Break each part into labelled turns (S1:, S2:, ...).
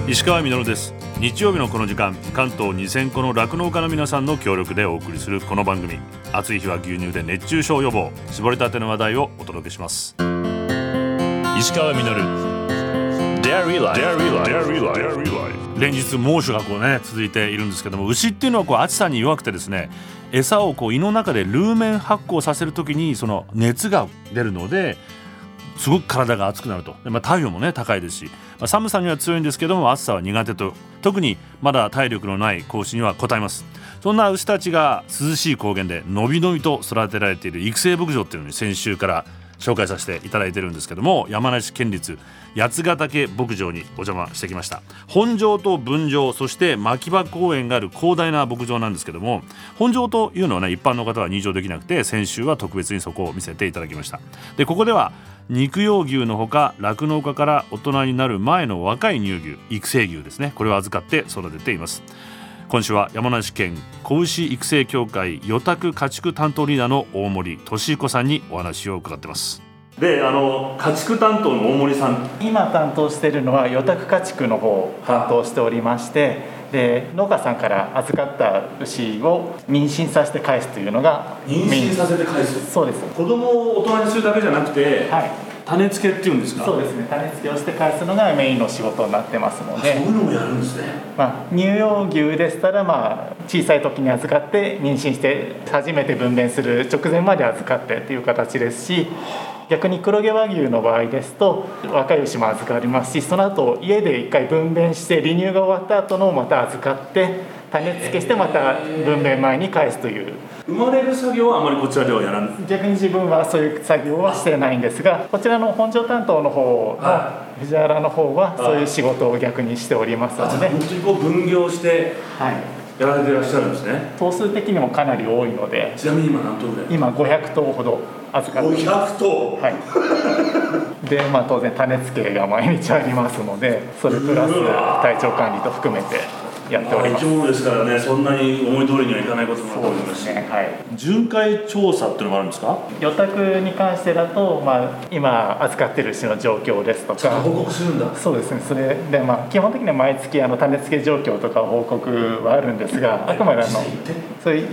S1: 石川稔です。日曜日のこの時間、関東2000個の酪農家の皆さんの協力でお送りするこの番組、暑い日は牛乳で熱中症予防、絞りたての話題をお届けします。石川稔 Dairy Life。 連日猛暑が続いているんですけども、牛っていうのは暑さに弱くてですね、餌を胃の中でルーメン発酵させるときにその熱が出るので、すごく体が熱くなると。体温も高いですし、寒さには強いんですけども、暑さは苦手と、特にまだ体力のない子牛には応えます。そんな牛たちが涼しい高原でのびのびと育てられている育成牧場っていうのに先週から紹介させていただいてるんですけども、山梨県立八ヶ岳牧場にお邪魔してきました。本場と分場、そして牧場公園がある広大な牧場なんですけども、本場というのは一般の方は入場できなくて、先週は特別にそこを見せていただきました。で、ここでは肉用牛のほか、酪農家から大人になる前の若い乳牛、育成牛ですね、これを預かって育てています。今週は山梨県子牛育成協会予託家畜担当リーダーの大森俊彦さんにお話を伺ってます。で、家畜担当の大森さん、
S2: 今担当しているのは予託家畜の方を担当しておりまして、で、農家さんから預かった牛を妊娠させて返すというのが
S1: 妊娠させて返す。
S2: そうです。
S1: 子供を大人にするだけじゃなくて、はい、種付けっていうんですか。
S2: そうですね、種付けをして返すのがメインの仕事になってますので。
S1: そういうのもやるんですね。
S2: 乳用牛でしたら、小さい時に預かって妊娠して初めて分娩する直前まで預かってっていう形ですし、逆に黒毛和牛の場合ですと若い牛も預かりますし、その後家で1回分娩して離乳が終わった後のまた預かって種付けしてまた分娩前に返すという。
S1: 生まれる作業はあまりこちらではやらない。
S2: 逆に自分はそういう作業はしてないんですが、こちらの本場担当の方の藤原の方はそういう仕事を逆にしておりますので、
S1: 本当に分業してやられていらっしゃるんですね。
S2: 頭数的にもかなり多いので。
S1: ちなみに今何頭ぐらい？
S2: 今500頭ほど預かっています。
S1: 500頭、
S2: はい。で、当然種付けが毎日ありますので、それプラス体調管理と含めてやっております。
S1: 生き物ですからね、そんなに思い通りにはいかないこともあると思いますし、
S2: ね、はい。
S1: 巡回調査っていうのもあるんですか？
S2: 予託に関してだと、今預かっている牛の状況ですとか
S1: 報告するんだ。
S2: そうですね。それで、基本的には毎月種付け状況とか報告はあるんですが、あくまでそういった、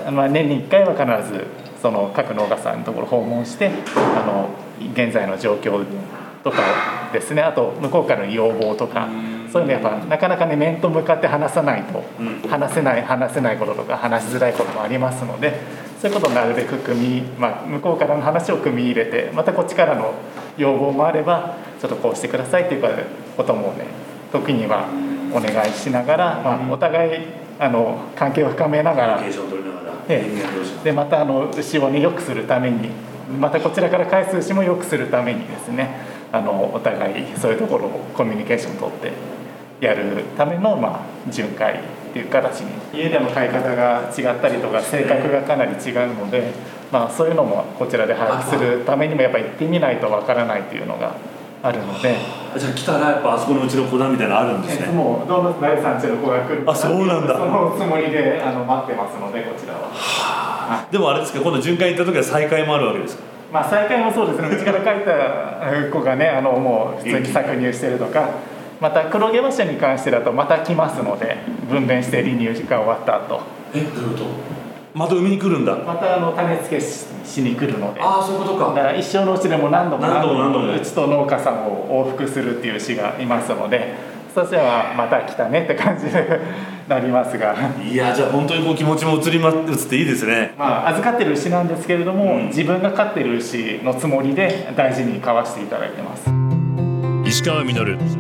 S2: 年に1回は必ずその各農家さんのところ訪問して、現在の状況とかですね、あと向こうからの要望とか、そういうのやっぱなかなか面と向かって話さないと、話せないこととか話しづらいこともありますので、そういうことをなるべく向こうからの話を組み入れて、またこっちからの要望もあればちょっとこうしてくださいっていうこともね、時にはお願いしながら、お互い関係を深めながら、でまた牛を良くするために、またこちらから返す牛も良くするためにですね、お互いそういうところをコミュニケーションを取ってやるための、巡回っていう形に、家での飼い方が違ったりとか性格がかなり違うので、そういうのもこちらで把握するためにもやっぱり行ってみないとわからないというのがあるので。
S1: じゃあ来たらやっぱあそこのうちの子だみたいなのあるんですね。
S2: もうどの第三者の子が来るか、
S1: そうなんだ。
S2: そのつもりで待ってますので、こちらは。
S1: でもあれですか、今度巡回行った時は再会もあるわけですか？
S2: 再会もそうですね。うちから帰った子がね、もう普通に搾乳してるとか、また黒毛馬車に関してだとまた来ますので、分娩して離乳時間終わった後。
S1: どういうこと？また海に来るんだ。
S2: また種付けしに来るので。
S1: そういうことか。
S2: だから一生のうちでも何度もうちと農家さんを往復するっていう牛がいますので、そしたらまた来たねって感じでなりますが。
S1: いや、じゃあ本当に気持ちも移っていいですね。
S2: 預かってる牛なんですけれども、自分が飼ってる牛のつもりで大事に飼わせていただいてます。
S1: 石川稔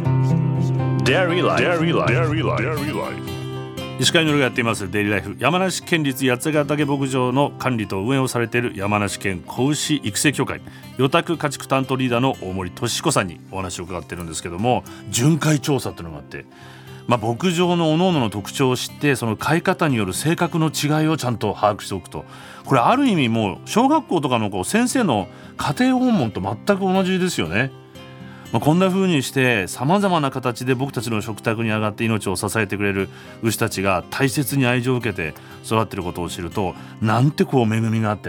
S1: Dairy Life。石川稔がやっていますデイリーライフ、山梨県立八ヶ岳牧場の管理と運営をされている山梨県子牛育成協会予託家畜担当リーダーの大森俊彦さんにお話を伺ってるんですけども、巡回調査っていうのがあって、牧場の各々の特徴を知って、その飼い方による性格の違いをちゃんと把握しておくと、これある意味もう小学校とかの先生の家庭訪問と全く同じですよね。こんな風にしてさまざまな形で僕たちの食卓に上がって命を支えてくれる牛たちが大切に愛情を受けて育っていることを知ると、なんて恵みがあってね、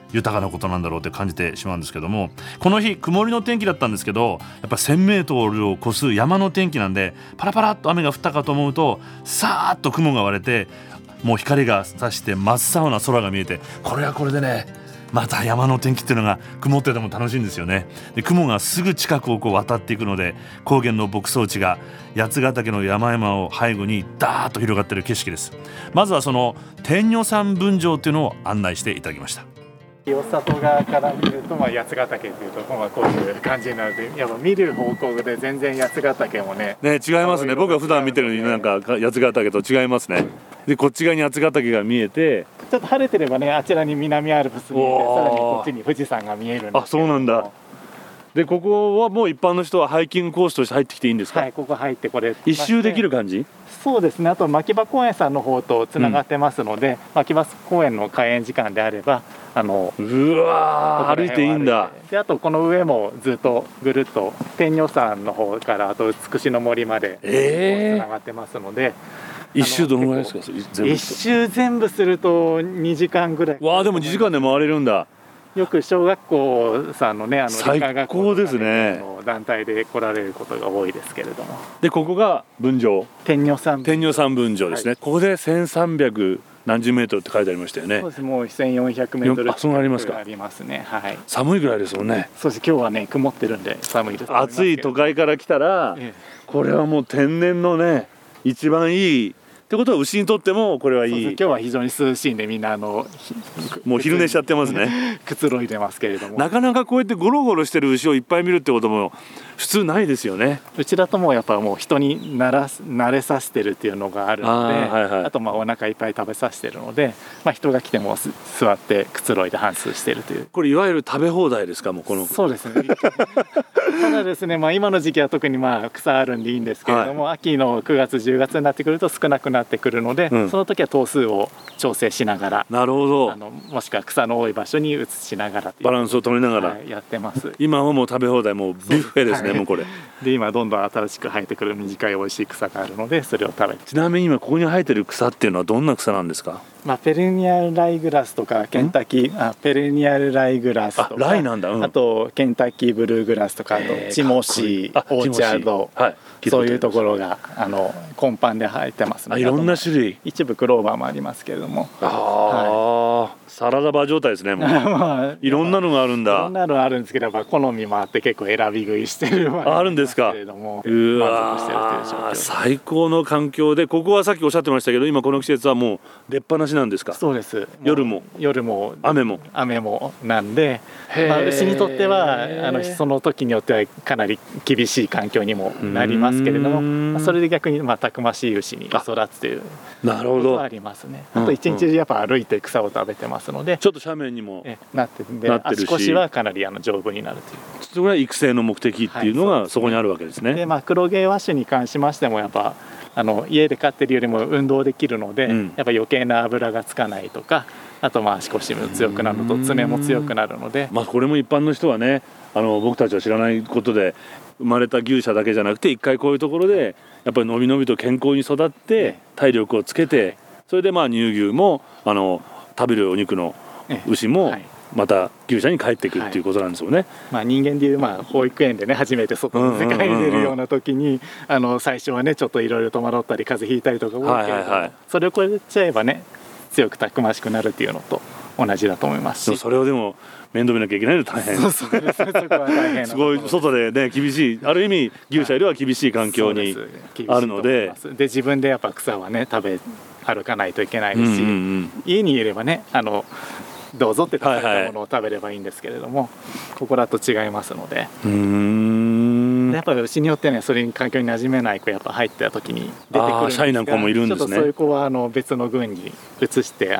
S1: 豊かなことなんだろうって感じてしまうんですけども、この日曇りの天気だったんですけど、やっぱ 1000m を超す山の天気なんで、パラパラっと雨が降ったかと思うとさーっと雲が割れて、もう光が差して真っ青な空が見えて、これはこれでね、また山の天気っていうのが曇ってても楽しいんですよね。で雲がすぐ近くをこう渡っていくので、高原の牧草地が八ヶ岳の山々を背後にダーッと広がっている景色です。まずはその天女山分場っていうのを案内していただきました。
S2: 清里側から見ると、八ヶ岳っていうとこういう感じになるので、やっぱ見る方向で全然八ヶ岳もね
S1: 違いますね。僕が普段見てるなんか八ヶ岳と違いますね。でこっち側に八ヶ岳が見えて、
S2: ちょっと晴れてればね、あちらに南アルプス見えて、さらにこっちに富士山が見えるんですけど。
S1: あ、そうなんだ。でここはもう一般の人はハイキングコースとして入ってきていいんですか？
S2: はい、ここ入ってこれ
S1: 一周できる感じ？
S2: そうですね。あと牧場公園さんの方とつながってますので、牧場公園の開園時間であれば
S1: うわー、歩いていいんだ。
S2: であとこの上もずっとぐるっと天女山の方からあと美しの森までつながってますので、
S1: 一周どのぐらいですか？
S2: 一周全部すると2時間ぐらい。
S1: わあ、でも2時間で回れるんだ。
S2: よく小学校さんのね、
S1: 最高ですね。
S2: 団体で来られることが多いですけれども。
S1: でここが分場、
S2: 天女山
S1: 分場ですね、はい、ここで1300何十メートルって書いてありましたよね。
S2: そうです。もう1400メートル
S1: そうありますか？
S2: ありますね。はい。
S1: 寒いぐらいですもんね。
S2: そうです。今日はね曇ってるんで寒いです。
S1: 暑い都会から来たら、これはもう天然のね一番いいってことは、牛にとってもこれはいい。
S2: 今日は非常に涼しいんで、みんな
S1: もう昼寝しちゃってますね。
S2: くつろいでますけれども、
S1: なかなかこうやってゴロゴロしてる牛をいっぱい見るってことも普通ないですよね。
S2: うちだともうやっぱもう人に慣れさせてるっていうのがあるので、あとお腹いっぱい食べさせてるので、人が来ても座ってくつろいで反芻してるという。
S1: これいわゆる食べ放題ですか？もうこの。
S2: そうですね。ただですね、今の時期は特に草あるんでいいんですけれども、秋の9月10月になってくると少なくなってくるので、その時は頭数を調整しながら、
S1: なるほど、
S2: もしくは草の多い場所に移しながら
S1: バランスを取りながら、
S2: やってます。
S1: 今はもう食べ放題、もうビュッフェですね。もうこれ
S2: で今どんどん新しく生えてくる短い美味しい草があるので、それを食べて。
S1: ちなみに今ここに生えてる草っていうのはどんな草なんですか？
S2: ペレニアルライグラスとかケンタッキーペレニアルライグラスとか、
S1: ライなんだ、
S2: あとケンタッキーブルーグラスとか、あとチモシー、オーチャード、そういうところが根板で生えてますので、
S1: いろんな種類、
S2: 一部クローバーもありますけれども、
S1: サラダバー状態ですね。もういろんなのがあるんだ。
S2: いろんなのがあるんですけど、好みもあって結構選び食いしてる
S1: あるんですか？うわ、最高の環境で、ここはさっきおっしゃってましたけど、今この季節はもう出っ放しなんですか？
S2: そうです。
S1: 夜も雨も
S2: なんで、牛にとってはその時によってはかなり厳しい環境にもなりますけれども、それで逆にたくましい牛に育つということはありますね。あと一日中やっぱ歩いて草を食べてますので、
S1: ちょっと斜面にも
S2: なってるんで、足腰はかなり丈夫になるという。
S1: それは育成の目的っていうのがそこにあるわけですね。
S2: で黒毛和種に関しましてもやっぱ家で飼ってるよりも運動できるので、やっぱ余計な脂がつかないとか、あと足腰も強くなるのと爪も強くなるので、
S1: これも一般の人はね、僕たちは知らないことで、生まれた牛舎だけじゃなくて一回こういうところでやっぱりのびのびと健康に育って体力をつけて、それで乳牛も食べるお肉の牛もまた牛舎に帰ってくるっていうことなんですよね。
S2: 人間でいう保育園でね初めて外の世界に出るような時に最初はねちょっといろいろ戸惑ったり風邪ひいたりとか多いけれども、それを超えちゃえばね強くたくましくなるっていうのと同じだと思いますし、
S1: それをでも面倒見なきゃいけないの大変。
S2: そうですね、そこは大変。
S1: すごい外でね厳しい、ある意味牛舎よりは厳しい環境にあるので、
S2: 自分でやっぱ草はね歩かないといけないですし、家にいればねどうぞって出されたものを食べればいいんですけれども、ここだと違いますので、やっぱり牛によってねそれに環境に馴染めない子やっぱ入った時に出てくるんですが、
S1: シャイな子もいるんですね。
S2: ちょっとそういう子は別の群に移して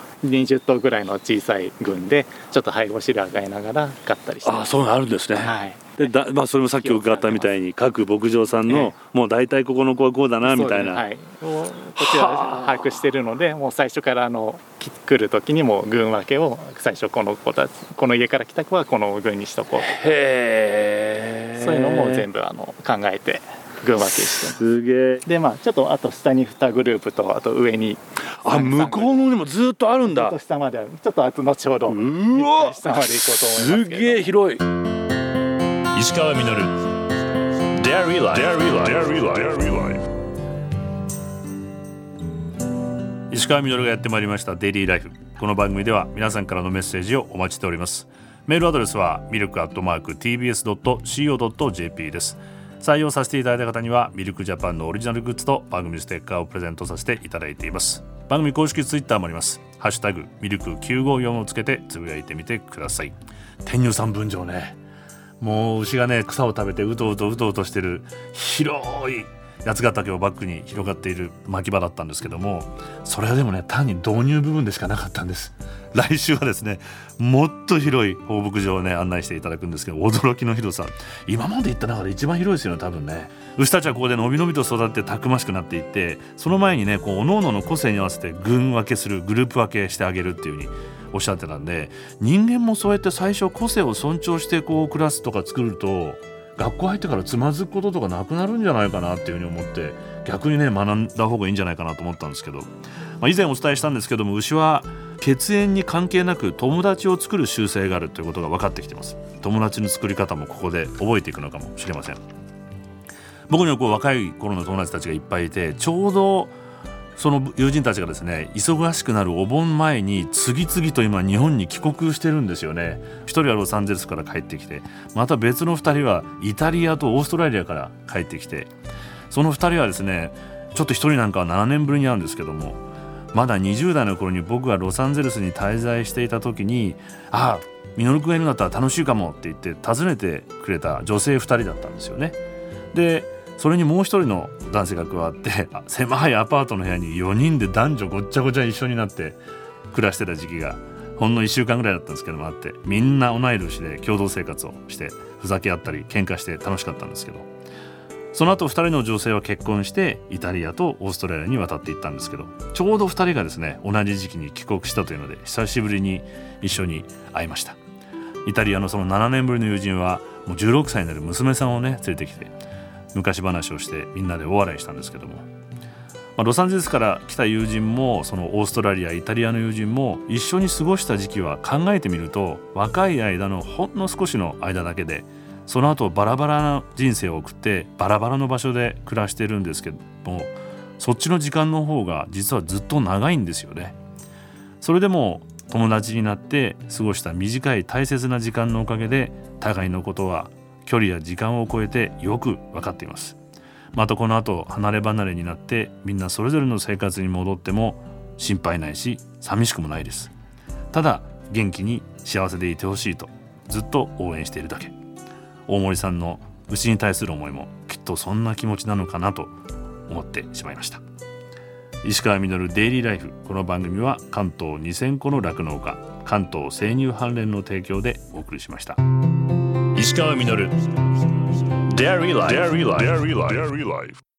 S2: 20頭ぐらいの小さい群でちょっと配合飼料を与えながら飼ったりしてます。
S1: そういうのあるんですね。でそれもさっき伺ったみたいに各牧場さんのもう大体ここの子はこうだなみたいな、
S2: こちら把握してるので、もう最初から来る時にも群分けを最初この家から来た子はこの群にしとこうと、そういうのも全部考えて群分けして
S1: すげえ。
S2: でちょっとあと下に2グループとあと上に
S1: 向こうのにもずっとあるんだ。
S2: 下まである。ちょっと後ほど
S1: うわ
S2: 下まで行こうと思いますけど。
S1: すげえ広い。石川稔 Dairy Life。石川稔がやってまいりましたデイリーライフ。この番組では皆さんからのメッセージをお待ちしております。メールアドレスは milk@tbs.co.jp です。採用させていただいた方にはミルクジャパンのオリジナルグッズと番組ステッカーをプレゼントさせていただいています。番組公式ツイッターもあります。ハッシュタグミルク954をつけてつぶやいてみてください。天乳山分場ね、もう牛がね草を食べてうとうとしてる広い八ヶ岳をバックに広がっている牧場だったんですけども、それはでもね単に導入部分でしかなかったんです。来週はですねもっと広い放牧場をね案内していただくんですけど、驚きの広さ、今まで行った中で一番広いですよね多分ね。牛たちはここでのびのびと育ってたくましくなっていって、その前にねこう各々の個性に合わせて群分けする、グループ分けしてあげるっていう風におっしゃってたんで、人間もそうやって最初個性を尊重してこうクラスとか作ると学校入ってからつまずくこととかなくなるんじゃないかなっていう風に思って、逆にね学んだ方がいいんじゃないかなと思ったんですけど、以前お伝えしたんですけども、牛は血縁に関係なく友達を作る習性があるということが分かってきてます。友達の作り方もここで覚えていくのかもしれません。僕にはこう若い頃の友達たちがいっぱいいて、ちょうどその友人たちがですね忙しくなるお盆前に次々と今日本に帰国してるんですよね。一人はロサンゼルスから帰ってきて、また別の二人はイタリアとオーストラリアから帰ってきて、その二人はですねちょっと一人なんかは7年ぶりに会うんですけども、まだ20代の頃に僕がロサンゼルスに滞在していた時に、ミノル君がいるんだったら楽しいかもって言って訪ねてくれた女性2人だったんですよね。でそれにもう一人の男性が加わって狭いアパートの部屋に4人で男女ごっちゃごちゃ一緒になって暮らしてた時期がほんの1週間ぐらいだったんですけどもあって、みんな同い年で共同生活をしてふざけ合ったり喧嘩して楽しかったんですけど、その後2人の女性は結婚してイタリアとオーストラリアに渡っていったんですけど、ちょうど2人がですね同じ時期に帰国したというので久しぶりに一緒に会いました。イタリアのその7年ぶりの友人はもう16歳になる娘さんをね連れてきて昔話をしてみんなで大笑いしたんですけども、ロサンゼルスから来た友人もそのオーストラリアイタリアの友人も一緒に過ごした時期は考えてみると若い間のほんの少しの間だけで、その後バラバラな人生を送ってバラバラの場所で暮らしてるんですけども、そっちの時間の方が実はずっと長いんですよね。それでも友達になって過ごした短い大切な時間のおかげで互いのことは距離や時間を超えてよく分かっています。またこの後離れ離れになってみんなそれぞれの生活に戻っても心配ないし寂しくもないです。ただ元気に幸せでいてほしいとずっと応援しているだけ。大森さんの牛に対する思いもきっとそんな気持ちなのかなと思ってしまいました。石川稔デイリーライフ。この番組は関東2000個の酪農家関東生乳関連の提供でお送りしました。石川稔 Dairy Life